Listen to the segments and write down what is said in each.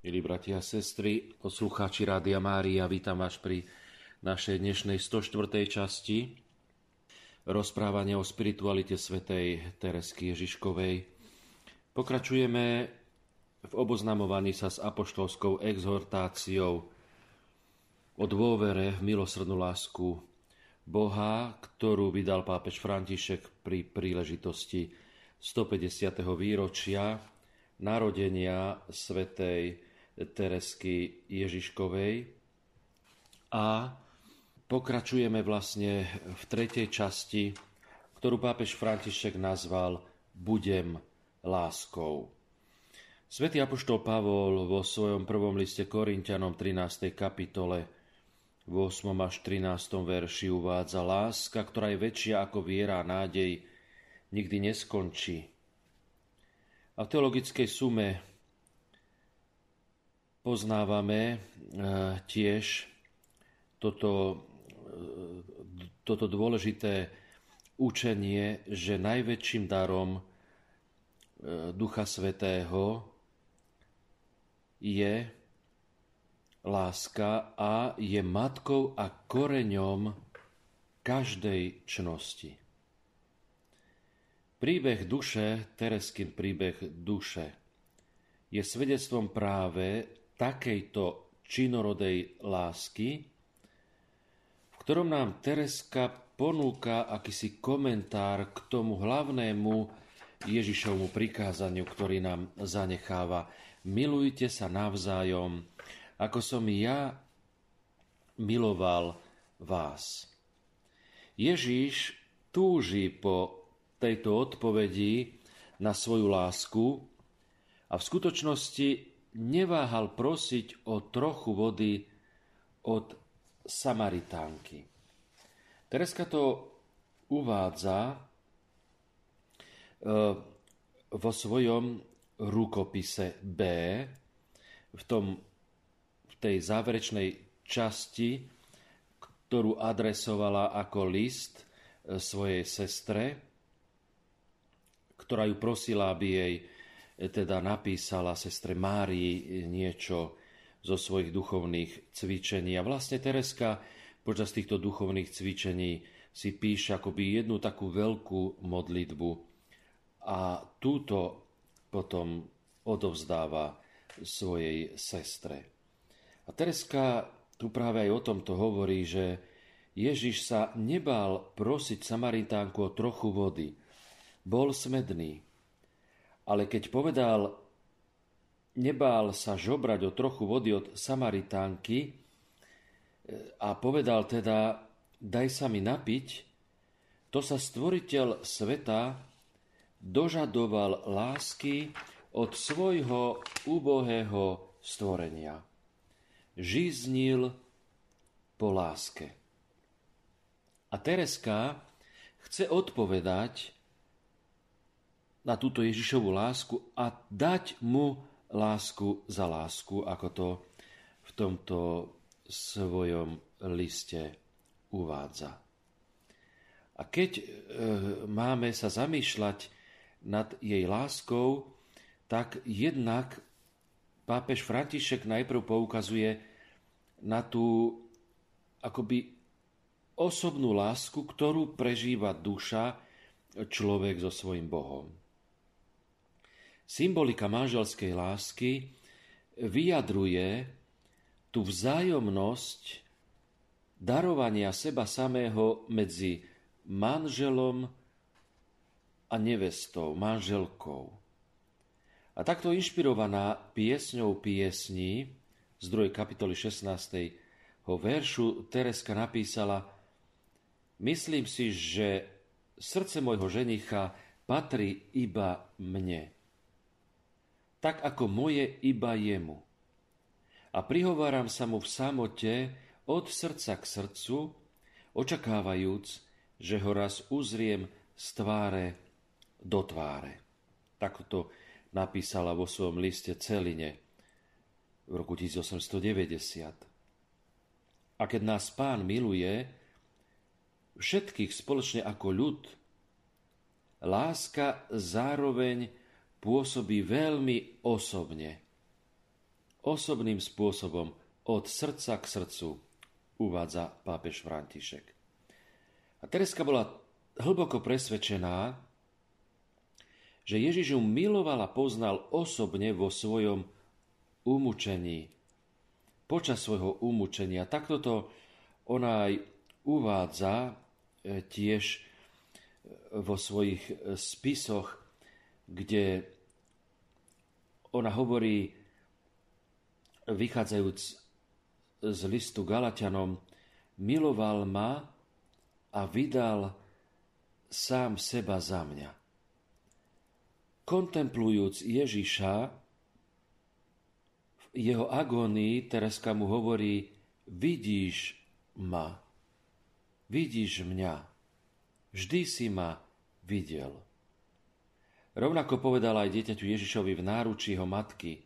Milí bratia a sestry, poslucháči Rádia Mária, vítam vás pri našej dnešnej 104. časti rozprávania o spiritualite svätej Teresky Ježiškovej. Pokračujeme v oboznamovaní sa s apoštolskou exhortáciou o dôvere v milosrdnú lásku Boha, ktorú vydal pápež František pri príležitosti 150. výročia narodenia svätej Teresky Ježiškovej a pokračujeme vlastne v tretej časti, ktorú pápež František nazval Budem láskou. Svätý apoštol Pavol vo svojom prvom liste Korinťanom 13. kapitole v 8. až 13. verši uvádza: láska, ktorá je väčšia ako viera a nádej, nikdy neskončí. A v teologickej sume poznávame tiež toto dôležité učenie, že najväčším darom Ducha Svätého je láska a je matkou a koreňom každej čnosti. Príbeh duše, Tereskyn príbeh duše, je svedectvom práve takejto činorodej lásky, v ktorom nám Tereska ponúka akýsi komentár k tomu hlavnému Ježišovmu prikázaniu, ktorý nám zanecháva: milujte sa navzájom, ako som ja miloval vás. Ježiš túži po tejto odpovedi na svoju lásku a v skutočnosti neváhal prosiť o trochu vody od Samaritánky. Tereska to uvádza vo svojom rukopise B, v tej záverečnej časti, ktorú adresovala ako list svojej sestre, ktorá ju prosila, aby jej teda napísala sestre Márii niečo zo svojich duchovných cvičení. A vlastne Tereska počas týchto duchovných cvičení si píše akoby jednu takú veľkú modlitbu a túto potom odovzdáva svojej sestre. A Tereska tu práve aj o tomto hovorí, že Ježiš sa nebál prosiť Samaritánku o trochu vody. Bol smedný. Ale keď povedal, nebál sa žobrať o trochu vody od Samaritánky a povedal teda, daj sa mi napiť, to sa stvoriteľ sveta dožadoval lásky od svojho úbohého stvorenia. Žiznil po láske. A Tereska chce odpovedať na túto Ježišovu lásku a dať mu lásku za lásku, ako to v tomto svojom liste uvádza. A keď máme sa zamýšľať nad jej láskou, tak jednak pápež František najprv poukazuje na tú akoby osobnú lásku, ktorú prežíva duša, človek so svojím Bohom. Symbolika manželskej lásky vyjadruje tú vzájomnosť darovania seba samého medzi manželom a nevestou, manželkou. A takto inšpirovaná piesňou piesní z 2. kapitoly 16. veršu Tereska napísala: myslím si, že srdce môjho ženicha patrí iba mne, tak ako moje iba jemu. A prihováram sa mu v samote od srdca k srdcu, očakávajúc, že ho raz uzriem z tváre do tváre. Takto to napísala vo svojom liste Celine v roku 1890. A keď nás Pán miluje, všetkých spoločne ako ľud, láska zároveň pôsobí veľmi osobne. osobným spôsobom od srdca k srdcu, uvádza pápež František. A Tereska bola hlboko presvedčená, že Ježiš ju miloval a poznal osobne vo svojom umúčení, počas svojho umúčenia. Takto to ona aj uvádza tiež vo svojich spisoch, kde ona hovorí, vychádzajúc z listu Galatianom, miloval ma a vydal sám seba za mňa. Kontemplujúc Ježiša v jeho agónii, Tereska mu hovorí, vidíš ma, vidíš mňa, vždy si ma videl. Rovnako povedala aj dieťaťu Ježišovi v náručí jeho matky,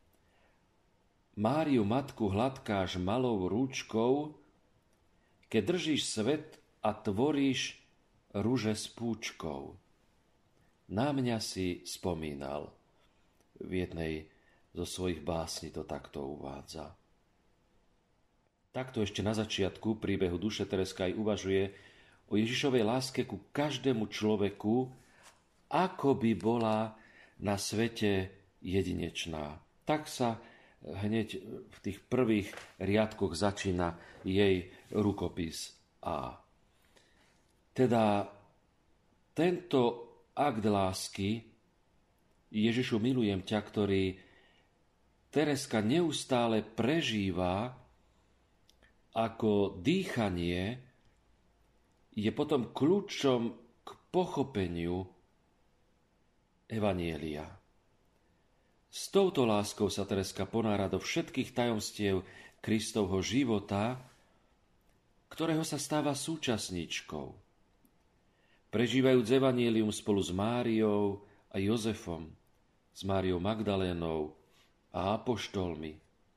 Máriu matku hladkáš malou rúčkou, keď držíš svet a tvoríš ruže s púčkou. Na mňa si spomínal. V jednej zo svojich básní to takto uvádza. Takto ešte na začiatku príbehu duše Tereska aj uvažuje o Ježišovej láske ku každému človeku, ako by bola na svete jedinečná. Tak sa hneď v tých prvých riadkoch začína jej rukopis A. Teda tento akt lásky, Ježišu, milujem ťa, ktorý Tereska neustále prežíva ako dýchanie, je potom kľúčom k pochopeniu evanjelia. S touto láskou sa Tereska ponára do všetkých tajomstiev Kristovho života, ktorého sa stáva súčasníčkou. Prežívajúc evanjelium spolu s Máriou a Jozefom, s Máriou Magdalénou a apoštolmi.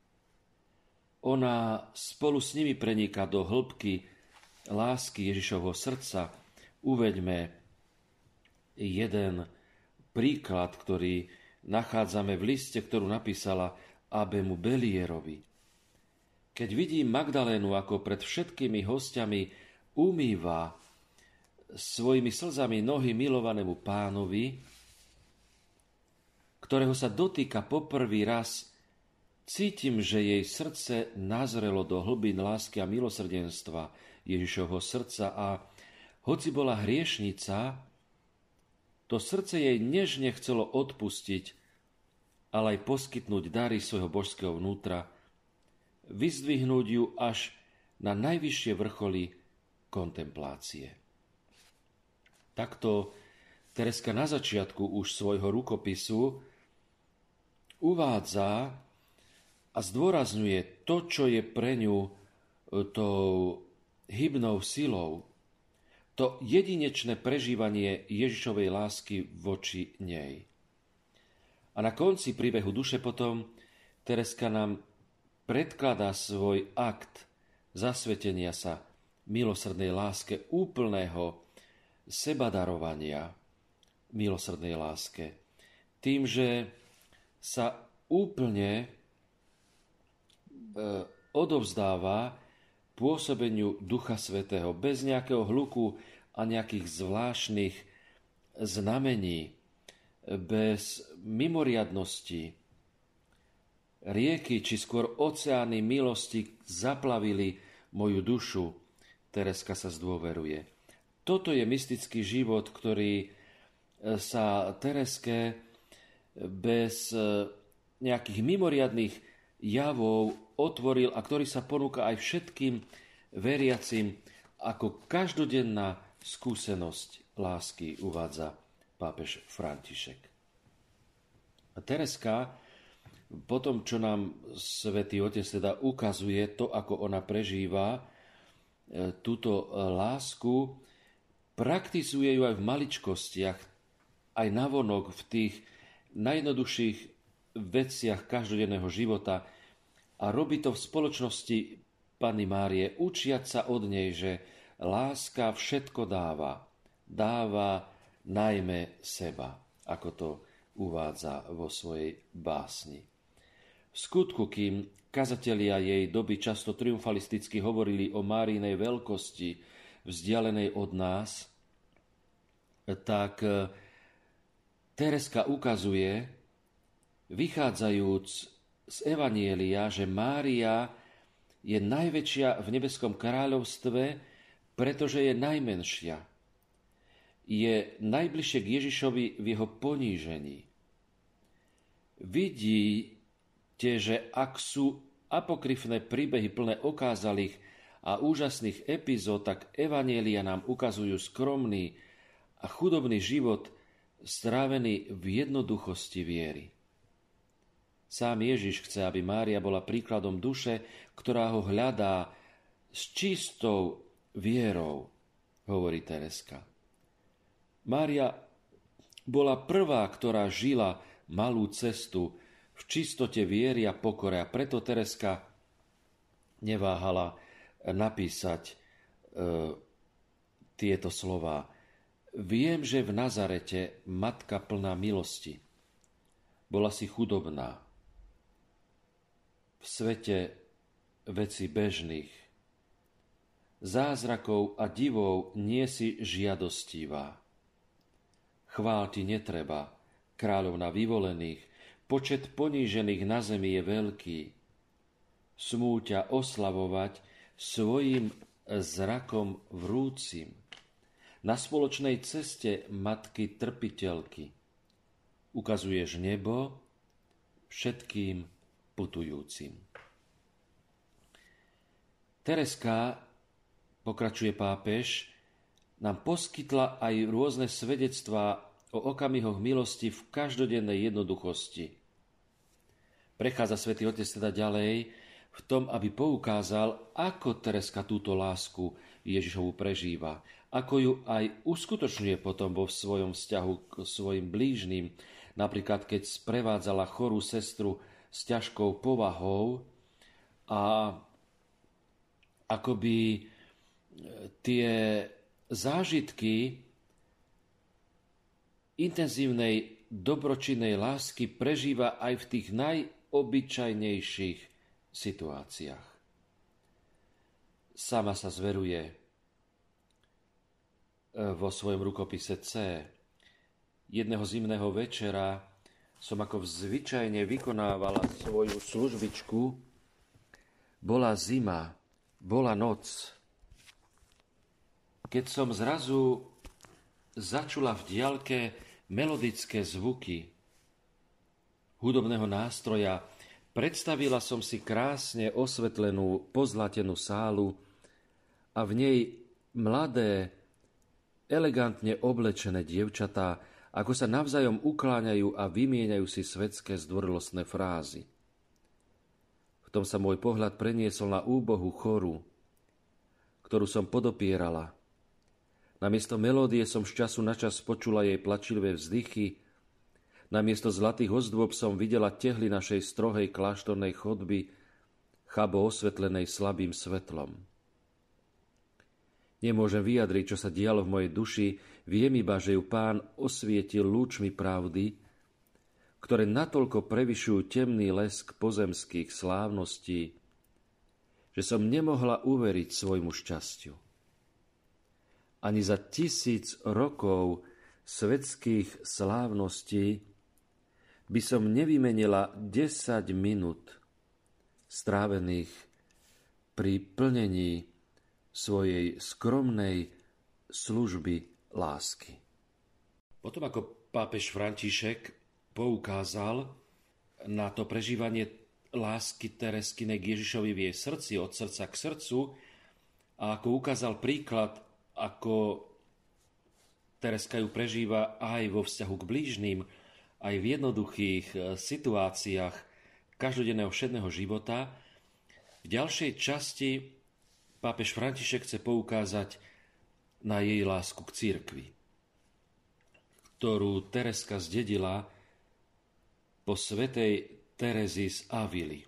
Ona spolu s nimi preniká do hĺbky lásky Ježišovho srdca. Uveďme jeden príklad, ktorý nachádzame v liste, ktorú napísala Abemu Belierovi. Keď vidím Magdalénu, ako pred všetkými hostiami umýva svojimi slzami nohy milovanému pánovi, ktorého sa dotýka poprvý raz, cítim, že jej srdce nazrelo do hlbín lásky a milosrdenstva Ježišovho srdca a hoci bola hriešnica, to srdce jej nežne chcelo odpustiť, ale aj poskytnúť dary svojho božského vnútra, vyzdvihnúť ju až na najvyššie vrcholy kontemplácie. Takto Tereska na začiatku už svojho rukopisu uvádza a zdôrazňuje to, čo je pre ňu tou hybnou silou, to jedinečné prežívanie Ježišovej lásky voči nej. A na konci príbehu duše potom Tereska nám predkladá svoj akt zasvetenia sa milosrdnej láske, úplného sebadarovania milosrdnej láske. Tým, že sa úplne odovzdáva pôsobeniu Ducha Svätého bez nejakého hluku a nejakých zvláštnych znamení, bez mimoriadnosti. Rieky, či skôr oceány milosti zaplavili moju dušu, Tereska sa zdôveruje. Toto je mystický život, ktorý sa Tereske bez nejakých mimoriadnych javov otvoril a ktorý sa ponúka aj všetkým veriacim ako každodenná skúsenosť lásky, uvádza pápež František. A Tereska, po tom, čo nám Svätý Otec teda ukazuje to, ako ona prežíva túto lásku, praktizuje ju aj v maličkostiach, aj navonok v tých najjednoduchších veciach každodenného života a robí to v spoločnosti Panny Márie, učiať sa od nej, že láska všetko dáva. Dáva najmä seba, ako to uvádza vo svojej básni. V skutku, kým kazatelia jej doby často triumfalisticky hovorili o Márinej veľkosti vzdialenej od nás, tak Tereska ukazuje, vychádzajúc z Evanielia, že Mária je najväčšia v nebeskom kráľovstve, pretože je najmenšia. Je najbližšie k Ježišovi v jeho ponížení. Vidíte, že ak sú apokryfné príbehy plné okázalých a úžasných epizód, tak Evanielia nám ukazujú skromný a chudobný život strávený v jednoduchosti viery. Sám Ježiš chce, aby Mária bola príkladom duše, ktorá ho hľadá s čistou vierou, hovorí Tereska. Mária bola prvá, ktorá žila malú cestu v čistote viery a pokore, a preto Tereska neváhala napísať tieto slová. Viem, že v Nazarete matka plná milosti. Bola si chudobná. V svete vecí bežných, zázrakov a divov nie si žiadostivá. Chvál ti netreba, kráľovna vyvolených, počet ponížených na zemi je veľký. Smú ťa oslavovať svojim zrakom vrúcim. Na spoločnej ceste matky trpiteľky ukazuješ nebo všetkým putujúcim. Tereska, pokračuje pápež, nám poskytla aj rôzne svedectvá o okamihoch milosti v každodennej jednoduchosti. Prechádza svätý Otec teda ďalej v tom, aby poukázal, ako Tereska túto lásku Ježišovu prežíva, ako ju aj uskutočňuje potom vo svojom vzťahu k svojim blížnym, napríklad keď sprevádzala chorú sestru s ťažkou povahou a akoby tie zážitky intenzívnej dobročinnej lásky prežíva aj v tých najobyčajnejších situáciách. Sama sa zveruje vo svojom rukopise C. Jedného zimného večera som ako zvyčajne vykonávala svoju službičku. Bola zima, bola noc. Keď som zrazu začula v diaľke melodické zvuky hudobného nástroja, predstavila som si krásne osvetlenú, pozlatenú sálu a v nej mladé, elegantne oblečené dievčatá, ako sa navzájom ukláňajú a vymieňajú si svetské zdvorilostné frázy. V tom sa môj pohľad preniesol na úbohú choru, ktorú som podopierala. Namiesto melódie som z času na čas počula jej plačivé vzdychy, namiesto zlatých ozdôb som videla tehly našej strohej kláštornej chodby, chabo osvetlenej slabým svetlom. Nemôžem vyjadriť, čo sa dialo v mojej duši, viem iba, že ju Pán osvietil lúčmi pravdy, ktoré natoľko prevyšujú temný lesk pozemských slávností, že som nemohla uveriť svojmu šťastiu. Ani za 1000 rokov svetských slávností by som nevymenila 10 minút strávených pri plnení svojej skromnej služby lásky. Potom ako pápež František poukázal na to prežívanie lásky Tereskinej k Ježišovi v jej srdci, od srdca k srdcu, a ako ukázal príklad, ako Tereska ju prežíva aj vo vzťahu k blížnym, aj v jednoduchých situáciách každodenného všedného života, v ďalšej časti pápež František chce poukázať na jej lásku k cirkvi, ktorú Tereska zdedila po svätej Terezii z Avily.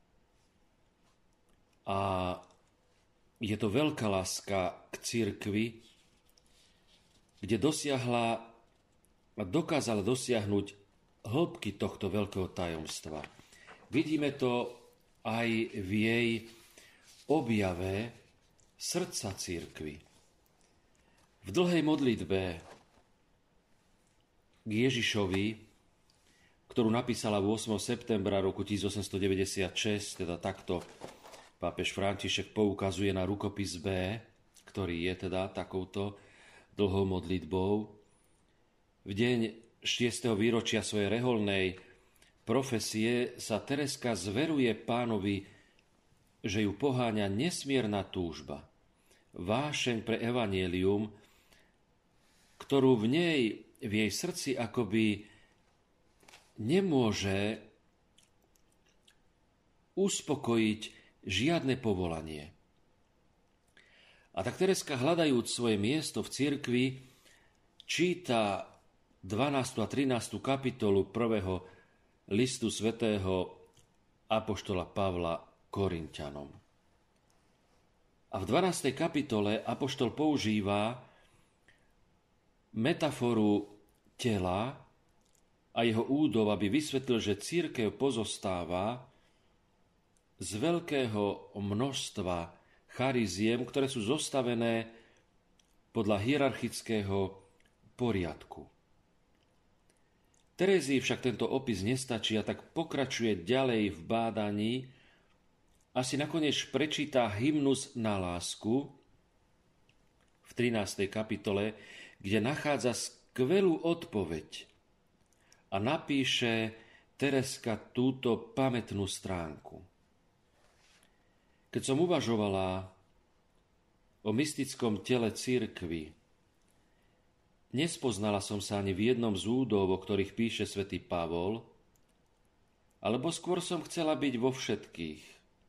A je to veľká láska k cirkvi, kde dokázala dosiahnuť hĺbky tohto veľkého tajomstva, Vidíme to aj v jej objave srdca cirkvi. V dlhej modlitbe k Ježišovi, ktorú napísala 8. septembra roku 1896, teda takto pápež František poukazuje na rukopis B, ktorý je teda takouto dlhou modlitbou. V deň 6. výročia svojej reholnej profesie sa Tereska zveruje Pánovi, že ju poháňa nesmierna túžba, vášeň pre evanjelium, ktorú v nej, v jej srdci akoby nemôže uspokojiť žiadne povolanie. A tak Tereska, hľadajúc svoje miesto v cirkvi, číta 12. a 13. kapitolu 1. listu svätého apoštola Pavla Korinťanom. A v 12. kapitole apoštol používa metaforu tela a jeho údov, aby vysvetlil, že cirkev pozostáva z veľkého množstva chariziem, ktoré sú zostavené podľa hierarchického poriadku. Terézii však tento opis nestačí a tak pokračuje ďalej v bádaní a si nakoniec prečíta hymnus na lásku v 13. kapitole, kde nachádza skvelú odpoveď a napíše Tereska túto pamätnú stránku. Keď som uvažovala o mystickom tele cirkvi, nespoznala som sa ani v jednom z údov, o ktorých píše svätý Pavol, alebo skôr som chcela byť vo všetkých.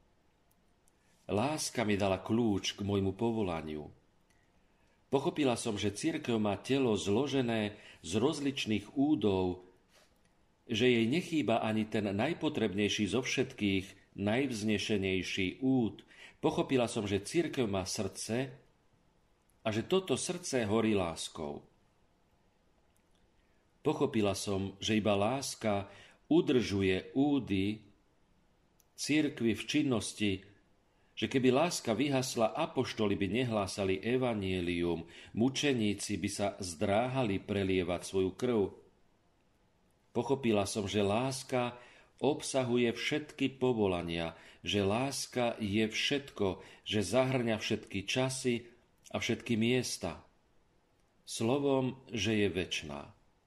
Láska mi dala kľúč k môjmu povolaniu. Pochopila som, že cirkev má telo zložené z rozličných údov, že jej nechýba ani ten najpotrebnejší zo všetkých, najvznešenejší úd. Pochopila som, že cirkev má srdce a že toto srdce horí láskou. Pochopila som, že iba láska udržuje údy cirkvi v činnosti, že keby láska vyhasla, apoštoli by nehlásali evanjelium, mučeníci by sa zdráhali prelievať svoju krv. Pochopila som, že láska obsahuje všetky povolania, že láska je všetko, že zahŕňa všetky časy a všetky miesta. Slovom, že je večná.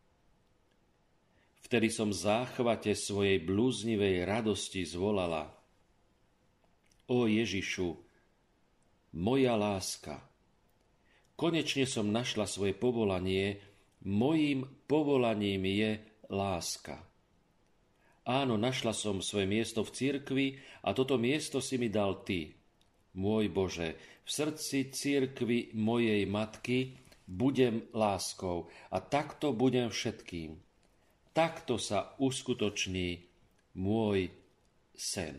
Vtedy som v záchvate svojej blúznivej radosti zvolala: Ó Ježišu, moja láska, konečne som našla svoje povolanie, mojím povolaním je láska. Áno, našla som svoje miesto v cirkvi a toto miesto si mi dal Ty. Môj Bože, v srdci cirkvi mojej matky budem láskou a takto budem všetkým. Takto sa uskutoční môj sen.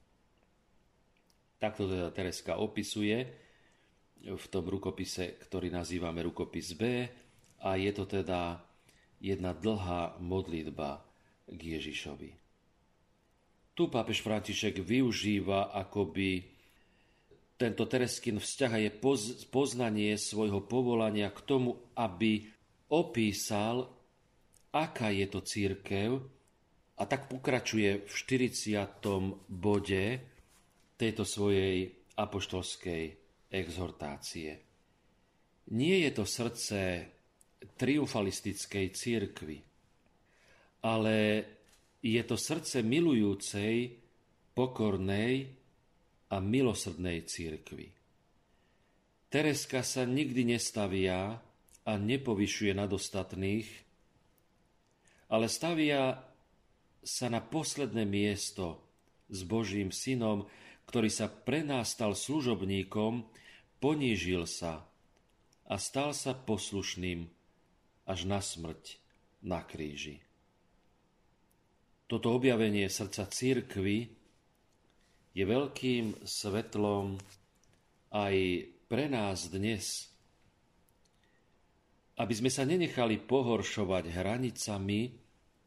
Takto teda Tereska opisuje v tom rukopise, ktorý nazývame rukopis B, a je to teda jedna dlhá modlitba k Ježišovi. Tu pápež František využíva akoby tento Tereskin vzťah a je poznanie svojho povolania k tomu, aby opísal, aká je to cirkev, a tak pokračuje v 40. bode tejto svojej apoštolskej exhortácie. Nie je to srdce triumfalistickej cirkvi, ale je to srdce milujúcej, pokornej a milosrdnej cirkvi. Tereska sa nikdy nestavia a nepovyšuje nad ostatných, ale stavia sa na posledné miesto s Božím synom, ktorý sa pre nás stal služobníkom, ponížil sa a stal sa poslušným až na smrť na kríži. Toto objavenie srdca cirkvi je veľkým svetlom aj pre nás dnes, aby sme sa nenechali pohoršovať hranicami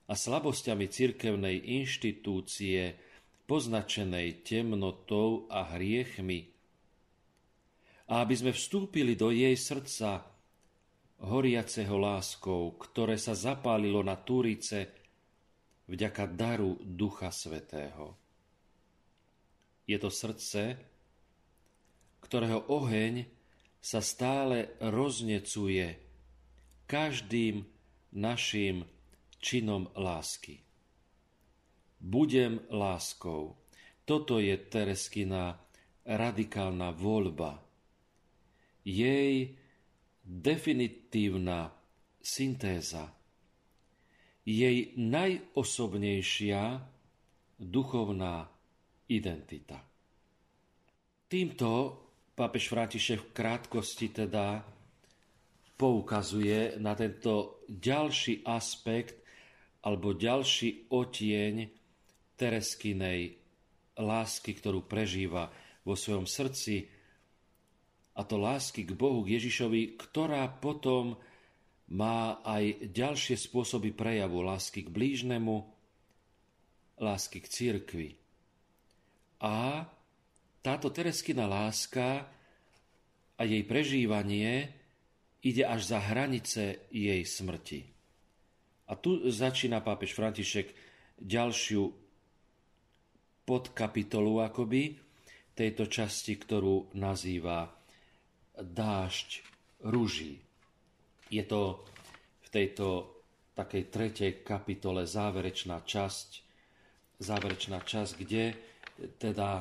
a slabosťami cirkevnej inštitúcie, poznačenej temnotou a hriechmi, a aby sme vstúpili do jej srdca, horiaceho láskou, ktoré sa zapálilo na Túrice vďaka daru Ducha Svätého. Je to srdce, ktorého oheň sa stále roznecuje každým našim činom lásky. Budem láskou. Toto je Tereskina radikálna voľba. Jej definitívna syntéza, jej najosobnejšia duchovná identita. Týmto pápež František v krátkosti teda poukazuje na tento ďalší aspekt alebo ďalší odtieň Tereskinej lásky, ktorú prežíva vo svojom srdci, a to lásky k Bohu, k Ježišovi, ktorá potom má aj ďalšie spôsoby prejavu lásky k blížnemu, lásky k cirkvi. A táto Tereskina láska a jej prežívanie ide až za hranice jej smrti. A tu začína pápež František ďalšiu podkapitolu akoby tejto časti, ktorú nazýva Dážď ruží. Je to v tejto takej tretej kapitole záverečná časť, kde teda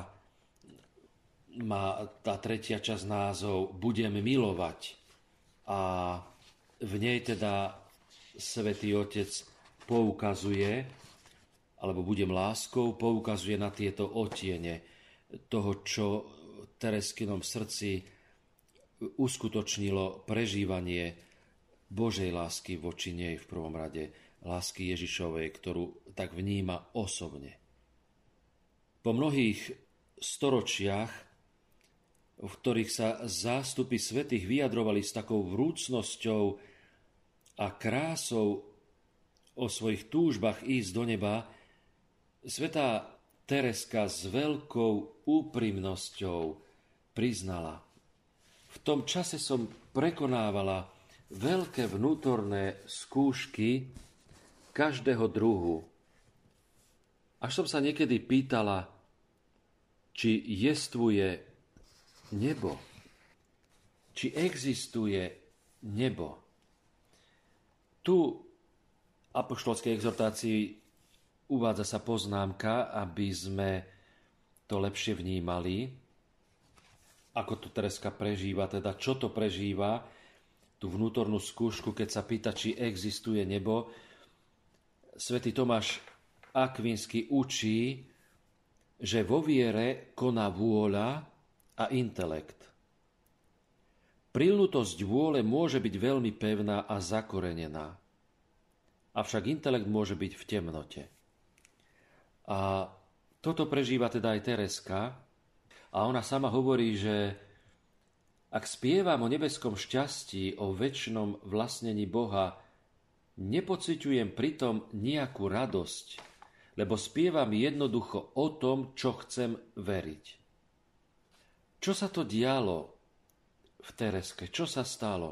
má tá tretia časť názov Budem milovať. A v nej teda Svätý Otec poukazuje, alebo Budem láskou, poukazuje na tieto odtiene toho, čo v Tereskinom srdci uskutočnilo prežívanie Božej lásky voči nej v prvom rade, lásky Ježišovej, ktorú tak vníma osobne. Po mnohých storočiach, v ktorých sa zástupy svätých vyjadrovali s takou vrúcnosťou a krásou o svojich túžbách ísť do neba, svätá Tereska s veľkou úprimnosťou priznala: v tom čase som prekonávala veľké vnútorné skúšky každého druhu. Až som sa niekedy pýtala, či jestvuje nebo, či existuje nebo. Tu v apoštolskej exhortácii uvádza sa poznámka, aby sme to lepšie vnímali, ako to Tereska prežíva, teda čo to prežíva, tú vnútornú skúšku, keď sa pýta, či existuje nebo. Svätý Tomáš Akvínsky učí, že vo viere koná vôľa a intelekt. Prilnutosť vôle môže byť veľmi pevná a zakorenená, avšak intelekt môže byť v temnote. A toto prežíva teda aj Tereska, a ona sama hovorí, že ak spievam o nebeskom šťastí, o večnom vlastnení Boha, nepociťujem pritom nejakú radosť, lebo spievam jednoducho o tom, čo chcem veriť. Čo sa to dialo v Tereske? Čo sa stalo?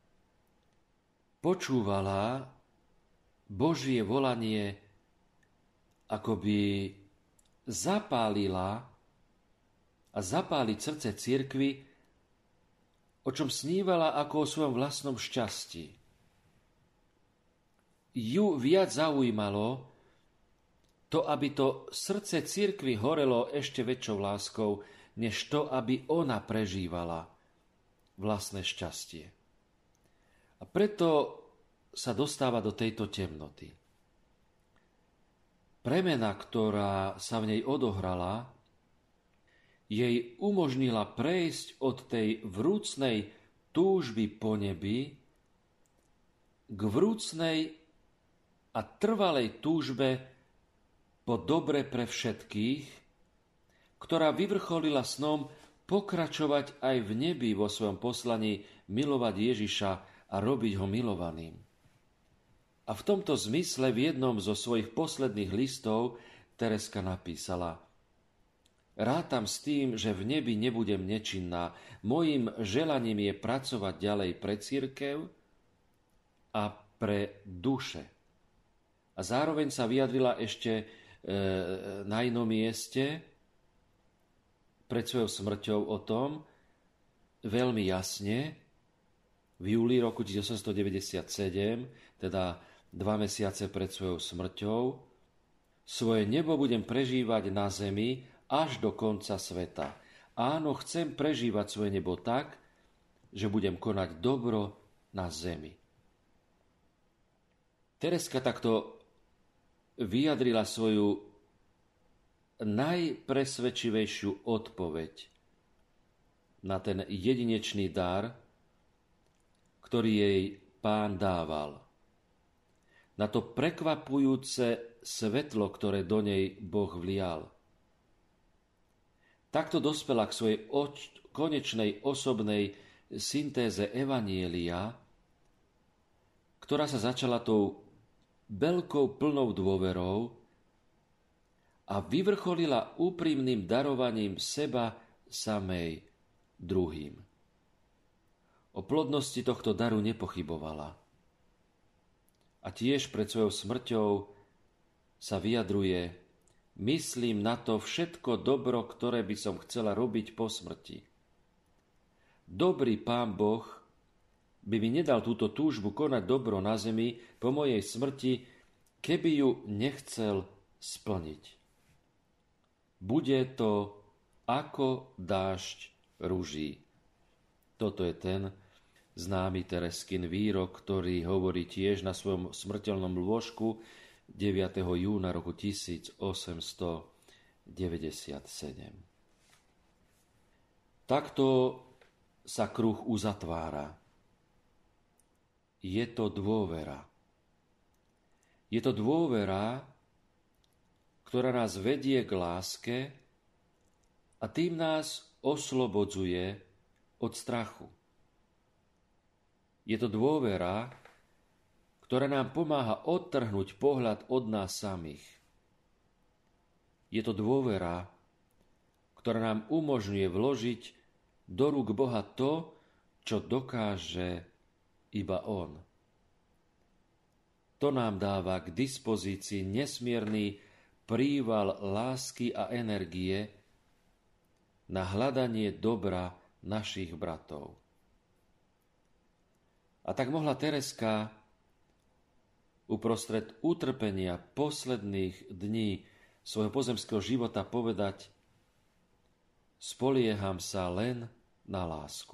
Počúvala Božie volanie, akoby zapálila a zapáliť srdce cirkvi, o čom snívala ako o svojom vlastnom šťastí. Ju viac zaujímalo to, aby to srdce cirkvi horelo ešte väčšou láskou, než to, aby ona prežívala vlastné šťastie. A preto sa dostáva do tejto temnoty. Premena, ktorá sa v nej odohrala, jej umožnila prejsť od tej vrúcnej túžby po nebi k vrúcnej a trvalej túžbe po dobre pre všetkých, ktorá vyvrcholila snom pokračovať aj v nebi vo svojom poslaní milovať Ježiša a robiť ho milovaným. A v tomto zmysle v jednom zo svojich posledných listov Tereska napísala: Rátam s tým, že v nebi nebudem nečinná. Mojím želaním je pracovať ďalej pre cirkev a pre duše. A zároveň sa vyjadrila ešte na inom mieste pred svojou smrťou o tom veľmi jasne v júli roku 1897, teda 2 mesiace pred svojou smrťou: Svoje nebo budem prežívať na zemi až do konca sveta. Áno, chcem prežívať svoje nebo tak, že budem konať dobro na zemi. Tereska takto vyjadrila svoju najpresvedčivejšiu odpoveď na ten jedinečný dar, ktorý jej Pán dával. Na to prekvapujúce svetlo, ktoré do nej Boh vlial. Takto dospela k svojej konečnej osobnej syntéze evanjelia, ktorá sa začala tou veľkou plnou dôverou a vyvrcholila úprimným darovaním seba samej druhým. O plodnosti tohto daru nepochybovala. A tiež pred svojou smrťou sa vyjadruje: Myslím na to všetko dobro, ktoré by som chcela robiť po smrti. Dobrý Pán Boh by mi nedal túto túžbu konať dobro na zemi po mojej smrti, keby ju nechcel splniť. Bude to ako dážď rúží. Toto je ten známy Tereskin výrok, ktorý hovorí tiež na svojom smrteľnom lôžku 9. júna roku 1897. Takto sa kruh uzatvára. Je to dôvera. Je to dôvera, ktorá nás vedie k láske a tým nás oslobodzuje od strachu. Je to dôvera, ktorá nám pomáha odtrhnúť pohľad od nás samých. Je to dôvera, ktorá nám umožňuje vložiť do rúk Boha to, čo dokáže iba On. To nám dáva k dispozícii nesmierny príval lásky a energie na hľadanie dobra našich bratov. A tak mohla Tereska uprostred utrpenia posledných dní svojho pozemského života povedať: Spolieham sa len na lásku.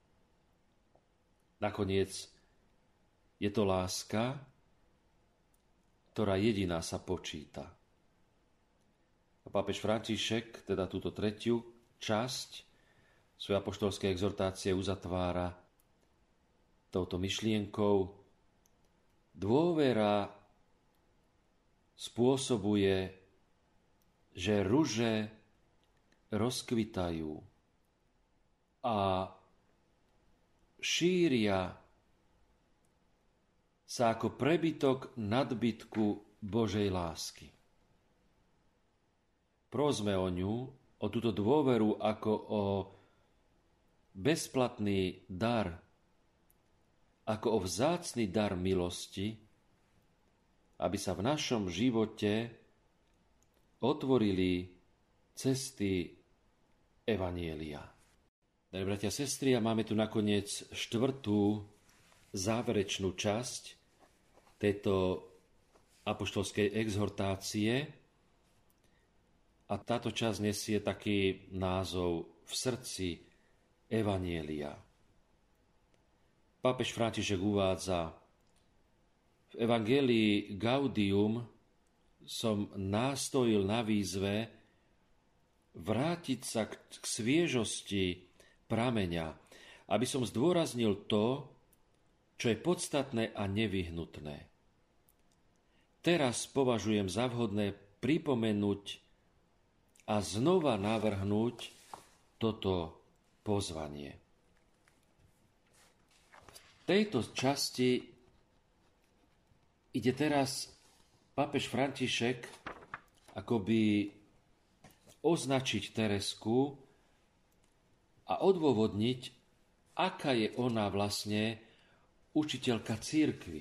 Nakoniec je to láska, ktorá jediná sa počíta. A pápež František teda túto tretiu časť svojej apoštolskej exhortácie uzatvára touto myšlienkou: dôvera spôsobuje, že ruže rozkvitajú a šíria sa ako prebytok nadbytku Božej lásky. Prosme o ňu, o túto dôveru ako o bezplatný dar, ako o vzácny dar milosti, aby sa v našom živote otvorili cesty evanjelia. Drahí bratia a sestry, a máme tu nakoniec 4. záverečnú časť tejto apoštolskej exhortácie. A táto časť nesie taký názov V srdci evanjelia. Pápež František uvádza: V evangelii Gaudium som nástojil na výzve vrátiť sa k sviežosti prameňa, aby som zdôraznil to, čo je podstatné a nevyhnutné. Teraz považujem za vhodné pripomenúť a znova navrhnúť toto pozvanie. V tejto časti ide teraz pápež František akoby označiť Teresku a odôvodniť, aká je ona vlastne učiteľka cirkvi.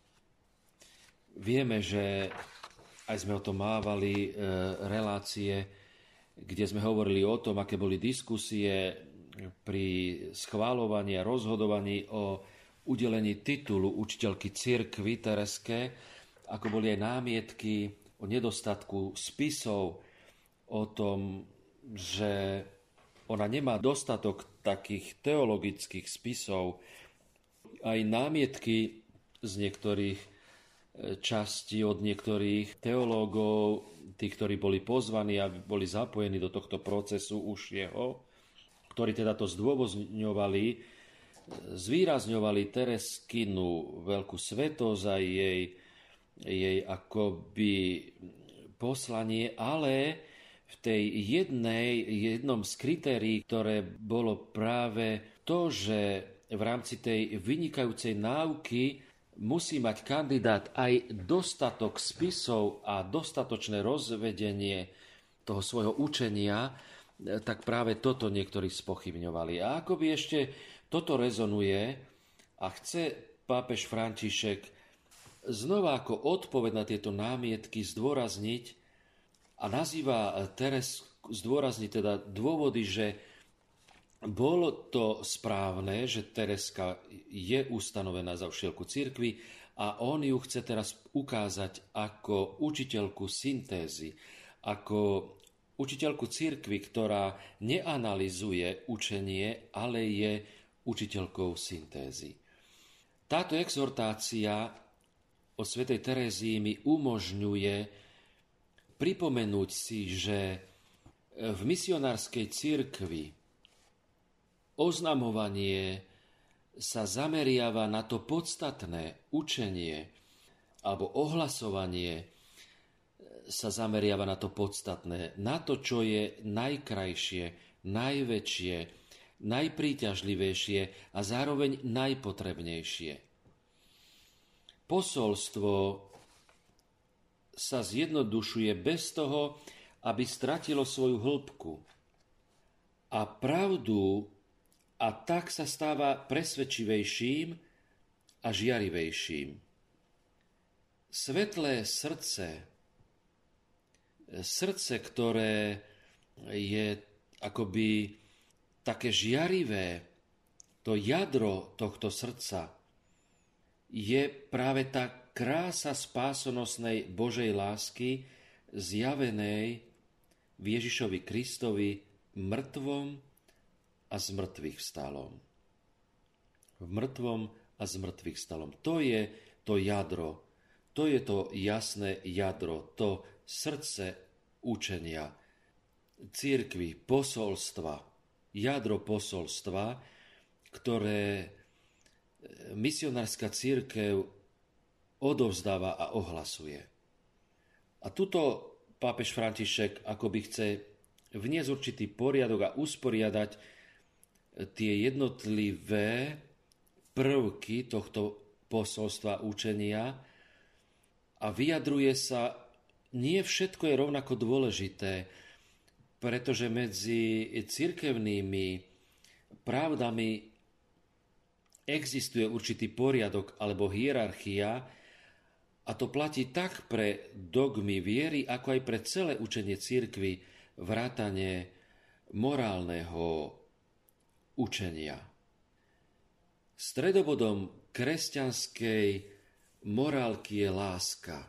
Vieme, že aj sme o tom mávali relácie, kde sme hovorili o tom, aké boli diskusie pri schváľovaní a rozhodovaní o udelení titulu učiteľky cirkvi Tereske, ako boli aj námietky o nedostatku spisov, o tom, že ona nemá dostatok takých teologických spisov, aj námietky z niektorých častí od niektorých teológov, tí, ktorí boli pozvaní a boli zapojení do tohto procesu už jeho, ktorí teda to zdôvodňovali, zvýrazňovali Tereskinu veľkú svetosť a jej akoby poslanie, ale v tej jednom z kritérií, ktoré bolo práve to, že v rámci tej vynikajúcej náuky musí mať kandidát aj dostatok spisov a dostatočné rozvedenie toho svojho učenia, tak práve toto niektorí spochybňovali. A akoby ešte toto rezonuje a chce pápež František znova ako odpoveď na tieto námietky zdôrazniť a nazýva zdôrazniť teda dôvody, že bolo to správne, že Tereska je ustanovená za učiteľku cirkvi a on ju chce teraz ukázať ako učiteľku syntézy, ako učiteľku cirkvi, ktorá neanalizuje učenie, ale je učiteľkou syntézy. Táto exhortácia o svätej Terézii mi umožňuje pripomenúť si, že v misionárskej cirkvi oznamovanie sa zameriava na to podstatné učenie alebo ohlasovanie sa zameriava na to podstatné, na to, čo je najkrajšie, najväčšie, najpríťažlivejšie a zároveň najpotrebnejšie. Posolstvo sa zjednodušuje bez toho, aby stratilo svoju hĺbku. A pravdu a tak sa stáva presvedčivejším a žiarivejším. Svetlé srdce, ktoré je akoby také žiarivé, to jadro tohto srdca je práve tá krása spásonosnej Božej lásky zjavenej v Ježišovi Kristovi mŕtvom a z mŕtvych vstalom. V mŕtvom a z mŕtvych vstalom. To je to jadro, to je to jasné jadro, to srdce učenia cirkvi, posolstva, jadro posolstva, ktoré misionárska cirkev odovzdáva a ohlasuje. A tuto pápež František akoby chce vniesť určitý poriadok a usporiadať tie jednotlivé prvky tohto posolstva učenia a vyjadruje sa, nie všetko je rovnako dôležité, pretože medzi cirkevnými pravdami existuje určitý poriadok alebo hierarchia a to platí tak pre dogmy viery, ako aj pre celé učenie cirkvi vrátane morálneho učenia. Stredobodom kresťanskej morálky je láska,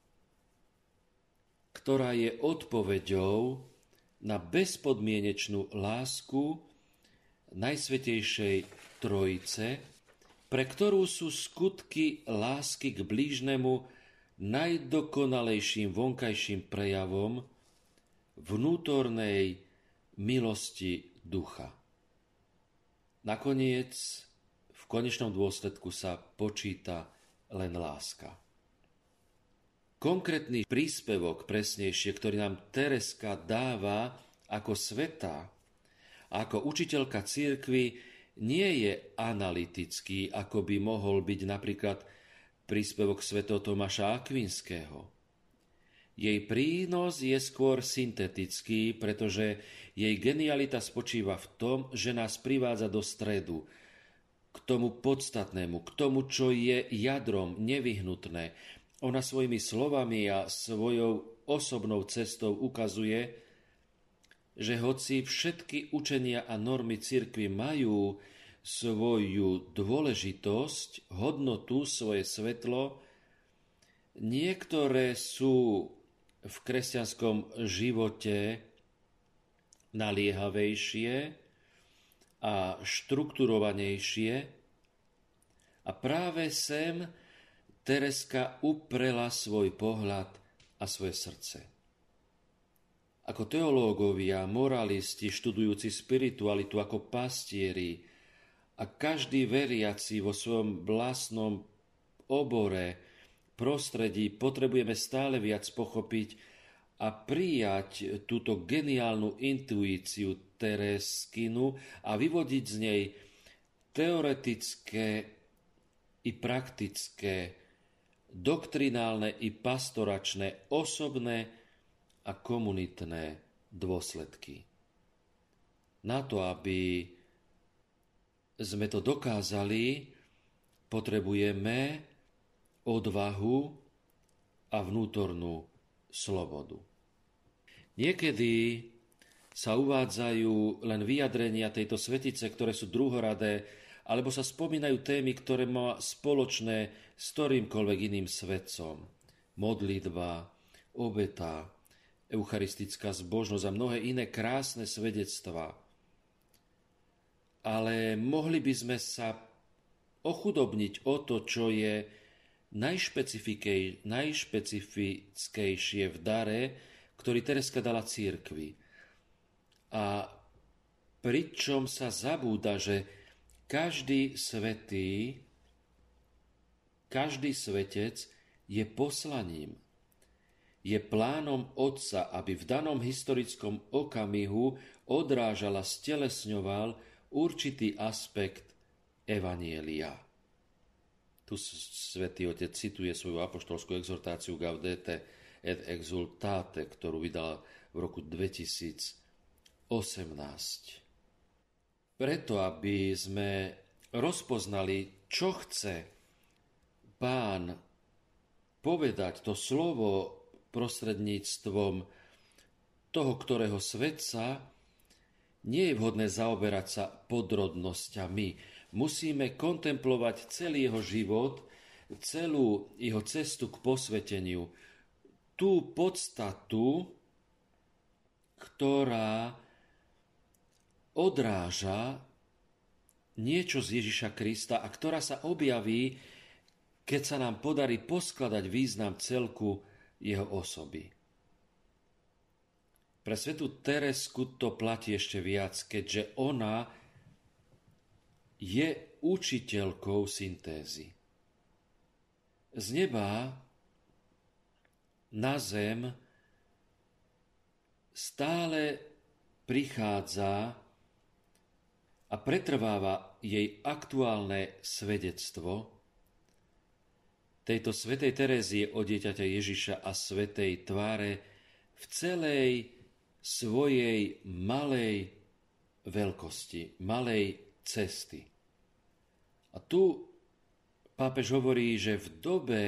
ktorá je odpoveďou na bezpodmienečnú lásku Najsvätejšej Trojice, pre ktorú sú skutky lásky k blížnemu najdokonalejším vonkajším prejavom vnútornej milosti ducha. Nakoniec, v konečnom dôsledku sa počíta len láska. Konkrétny príspevok, presnejšie, ktorý nám Tereska dáva ako svätá, ako učiteľka cirkvi, nie je analytický, ako by mohol byť napríklad príspevok svätého Tomáša Akvinského. Jej prínos je skôr syntetický, pretože jej genialita spočíva v tom, že nás privádza do stredu, k tomu podstatnému, k tomu, čo je jadrom nevyhnutné. Ona svojimi slovami a svojou osobnou cestou ukazuje, že hoci všetky učenia a normy cirkvi majú svoju dôležitosť, hodnotu, svoje svetlo, niektoré sú v kresťanskom živote naliehavejšie a štrukturovanejšie a práve sem Tereska uprela svoj pohľad a svoje srdce. Ako teológovia, moralisti, študujúci spiritualitu ako pastieri a každý veriaci vo svojom vlastnom obore, prostredí potrebujeme stále viac pochopiť a prijať túto geniálnu intuíciu Tereskinu a vyvodiť z nej teoretické i praktické, doktrinálne i pastoračné, osobné a komunitné dôsledky. Na to, aby sme to dokázali, potrebujeme odvahu a vnútornú slobodu. Niekedy sa uvádzajú len vyjadrenia tejto svetice, ktoré sú druhoradé, alebo sa spomínajú témy, ktoré má spoločné s ktorýmkoľvek iným svetcom. Modlitba, obeta, eucharistická zbožnosť a mnohé iné krásne svedectvá. Ale mohli by sme sa ochudobniť o to, čo je najšpecifickejšie v dare, ktorý Tereska dala cirkvi. A pričom sa zabúda, že každý svätý, každý svetec je poslaním. Je plánom Otca, aby v danom historickom okamihu odrážal a stelesňoval určitý aspekt evanjelia. Tu svätý Otec cituje svoju apoštolskú exhortáciu Gaudete et exultate, ktorú vydal v roku 2018. Preto, aby sme rozpoznali, čo chce Pán povedať, to slovo prostredníctvom toho, ktorého svetca, nie je vhodné zaoberať sa podrobnosťami. Musíme kontemplovať celý jeho život, celú jeho cestu k posveteniu. Tú podstatu, ktorá odráža niečo z Ježiša Krista a ktorá sa objaví, keď sa nám podarí poskladať význam celku jeho osoby. Pre svätú Teresku to platí ešte viac, keďže ona je učiteľkou syntézy. Z neba na zem stále prichádza a pretrváva jej aktuálne svedectvo tejto svätej Terézie od dieťaťa Ježiša a svätej tváre v celej svojej malej veľkosti, malej cesty. A tu pápež hovorí, že v dobe,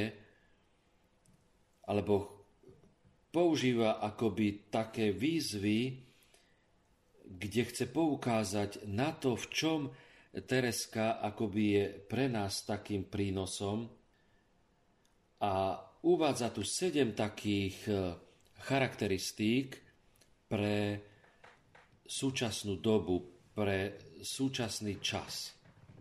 alebo používa akoby také výzvy, kde chce poukázať na to, v čom Tereska akoby je pre nás takým prínosom, a uvádza tu 7 takých charakteristík pre súčasnú dobu, pre súčasný čas.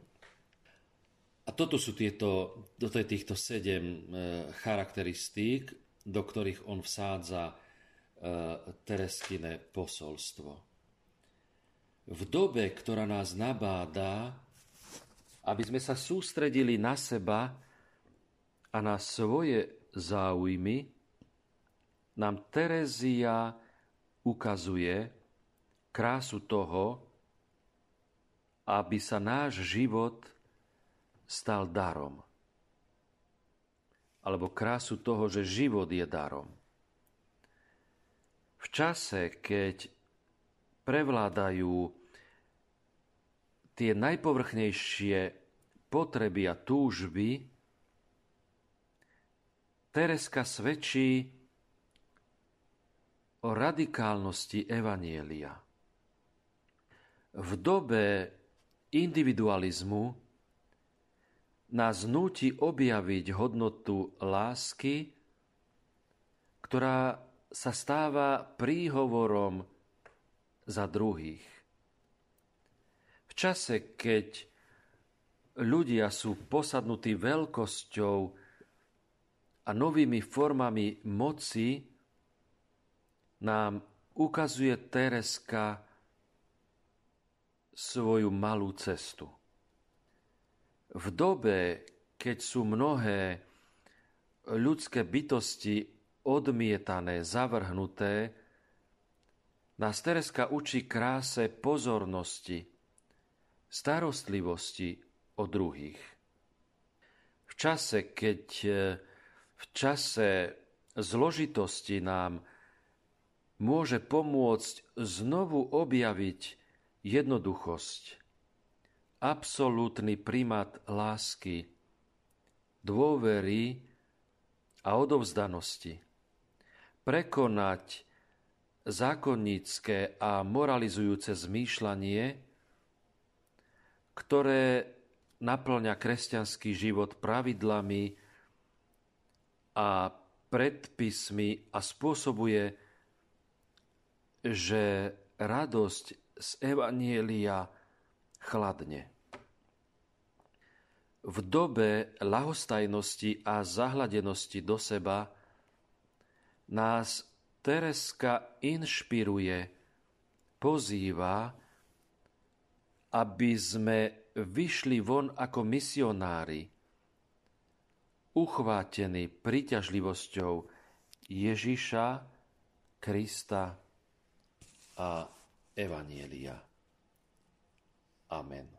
A toto je týchto 7 charakteristík, do ktorých on vsádza Tereskine posolstvo. V dobe, ktorá nás nabáda, aby sme sa sústredili na seba a na svoje záujmy, nám Terézia ukazuje krásu toho, aby sa náš život stal darom. alebo krásu toho, že život je darom. V čase, keď prevládajú tie najpovrchnejšie potreby a túžby, Tereska svedčí o radikálnosti evanjelia. V dobe individualizmu nás núti objaviť hodnotu lásky, ktorá sa stáva príhovorom za druhých. V čase, keď ľudia sú posadnutí veľkosťou a novými formami moci, nám ukazuje Tereska svoju malú cestu. V dobe, keď sú mnohé ľudské bytosti odmietané, zavrhnuté, nás Tereska učí kráse pozornosti, starostlivosti o druhých. V čase zložitosti nám môže pomôcť znovu objaviť jednoduchosť, absolútny primát lásky, dôvery a odovzdanosti, prekonať zákonnícke a moralizujúce zmýšľanie, ktoré naplňa kresťanský život pravidlami a predpismi a spôsobuje, že radosť z evanjelia chladne. V dobe ľahostajnosti a zahladenosti do seba nás Tereska inšpiruje, pozýva, aby sme vyšli von ako misionári, uchvátení príťažlivosťou Ježiša, Krista a evanjelia. Amen.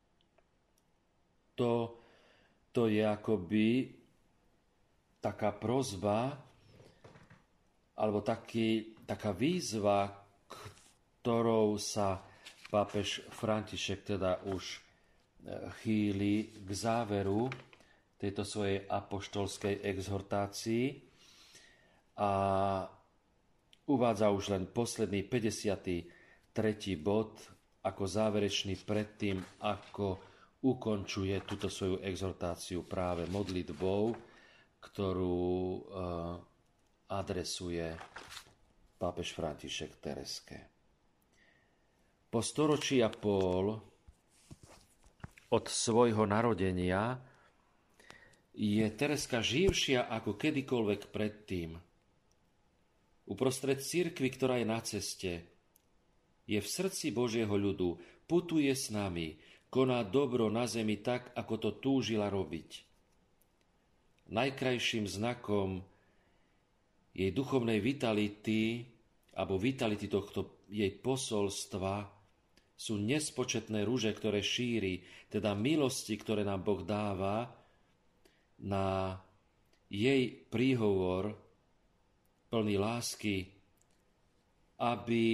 To je akoby taká prosba, alebo taká výzva, ktorou sa pápež František teda už chýli k záveru tejto svojej apoštolskej exhortácii a uvádza už len posledný 53. bod ako záverečný predtým, ako ukončuje túto svoju exhortáciu práve modlitbou, ktorú adresuje pápež František Tereske. Po storočí a pol od svojho narodenia je Tereska živšia ako kedykoľvek predtým. Uprostred cirkvi, ktorá je na ceste, je v srdci Božieho ľudu, putuje s nami, koná dobro na zemi tak, ako to túžila robiť. Najkrajším znakom jej duchovnej vitality alebo vitality tohto jej posolstva sú nespočetné rúže, ktoré šíri, teda milosti, ktoré nám Boh dáva na jej príhovor plný lásky, aby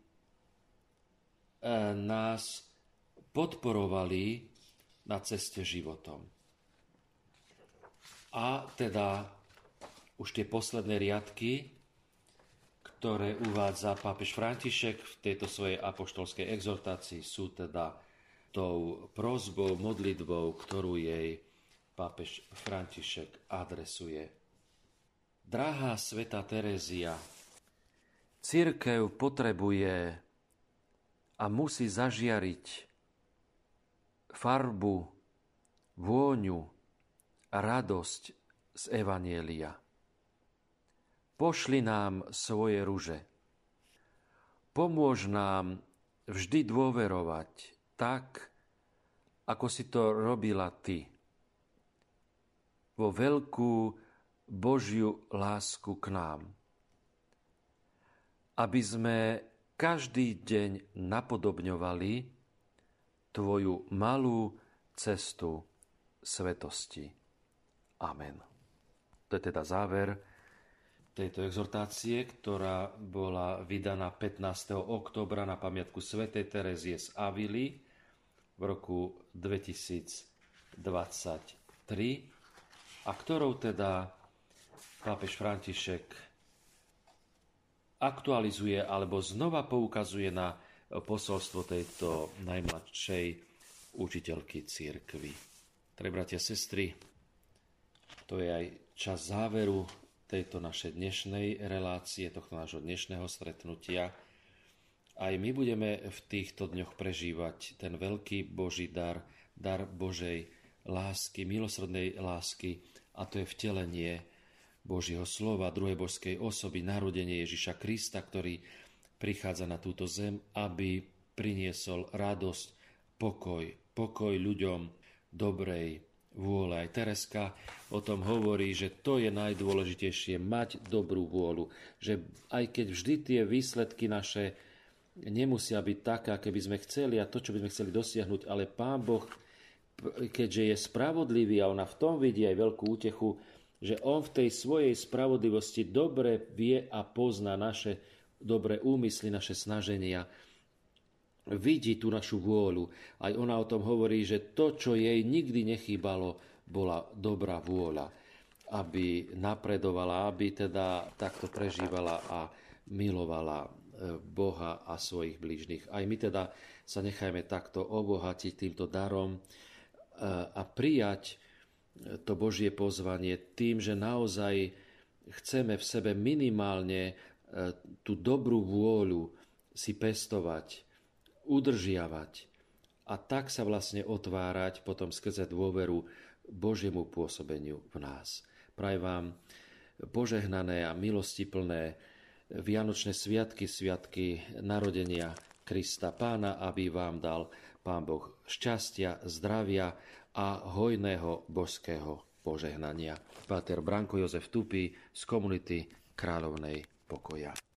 nás podporovali na ceste životom. A teda už tie posledné riadky, ktoré uvádza pápež František v tejto svojej apoštolskej exhortácii, sú teda tou prosbou, modlitbou, ktorú jej pápež František adresuje. Drahá svätá Terézia, cirkev potrebuje a musí zažiariť farbu, vôňu a radosť z evanjelia. Pošli nám svoje ruže. Pomôž nám vždy dôverovať tak, ako si to robila ty. Vo veľkú Božiu lásku k nám. Aby sme každý deň napodobňovali tvoju malú cestu svetosti. Amen. To je teda záver tejto exhortácie, ktorá bola vydaná 15. októbra na pamiatku svätej Terezie z Avily v roku 2023 a ktorou teda pápež František aktualizuje alebo znova poukazuje na posolstvo tejto najmladšej učiteľky cirkvi. Drahí bratia a sestry, to je aj čas záveru tejto našej dnešnej relácie, tohto nášho dnešného stretnutia. Aj my budeme v týchto dňoch prežívať ten veľký Boží dar Božej lásky, milosrdnej lásky, a to je vtelenie Božieho slova, druhej božskej osoby, narodenie Ježiša Krista, ktorý prichádza na túto zem, aby priniesol radosť, pokoj ľuďom dobrej vôle. Aj Tereska o tom hovorí, že to je najdôležitejšie, mať dobrú vôľu. Že aj keď vždy tie výsledky naše nemusia byť také, aké by sme chceli a to, čo by sme chceli dosiahnuť, ale Pán Boh, keďže je spravodlivý a ona v tom vidí aj veľkú útechu, že on v tej svojej spravodlivosti dobre vie a pozná naše dobré úmysly, naše snaženia, vidí tú našu vôľu. Aj ona o tom hovorí, že to, čo jej nikdy nechýbalo, bola dobrá vôľa, aby napredovala, aby teda takto prežívala a milovala Boha a svojich blížnych. Aj my teda sa nechajme takto obohatiť týmto darom a prijať to Božie pozvanie tým, že naozaj chceme v sebe minimálne tú dobrú vôľu si pestovať, udržiavať a tak sa vlastne otvárať potom skrze dôveru Božiemu pôsobeniu v nás. Prajem vám požehnané a milostiplné vianočné sviatky, sviatky narodenia Krista Pána, aby vám dal Pán Boh šťastia, zdravia a hojného božského požehnania. Páter Branko Jozef Tupy z komunity Kráľovnej pokoja.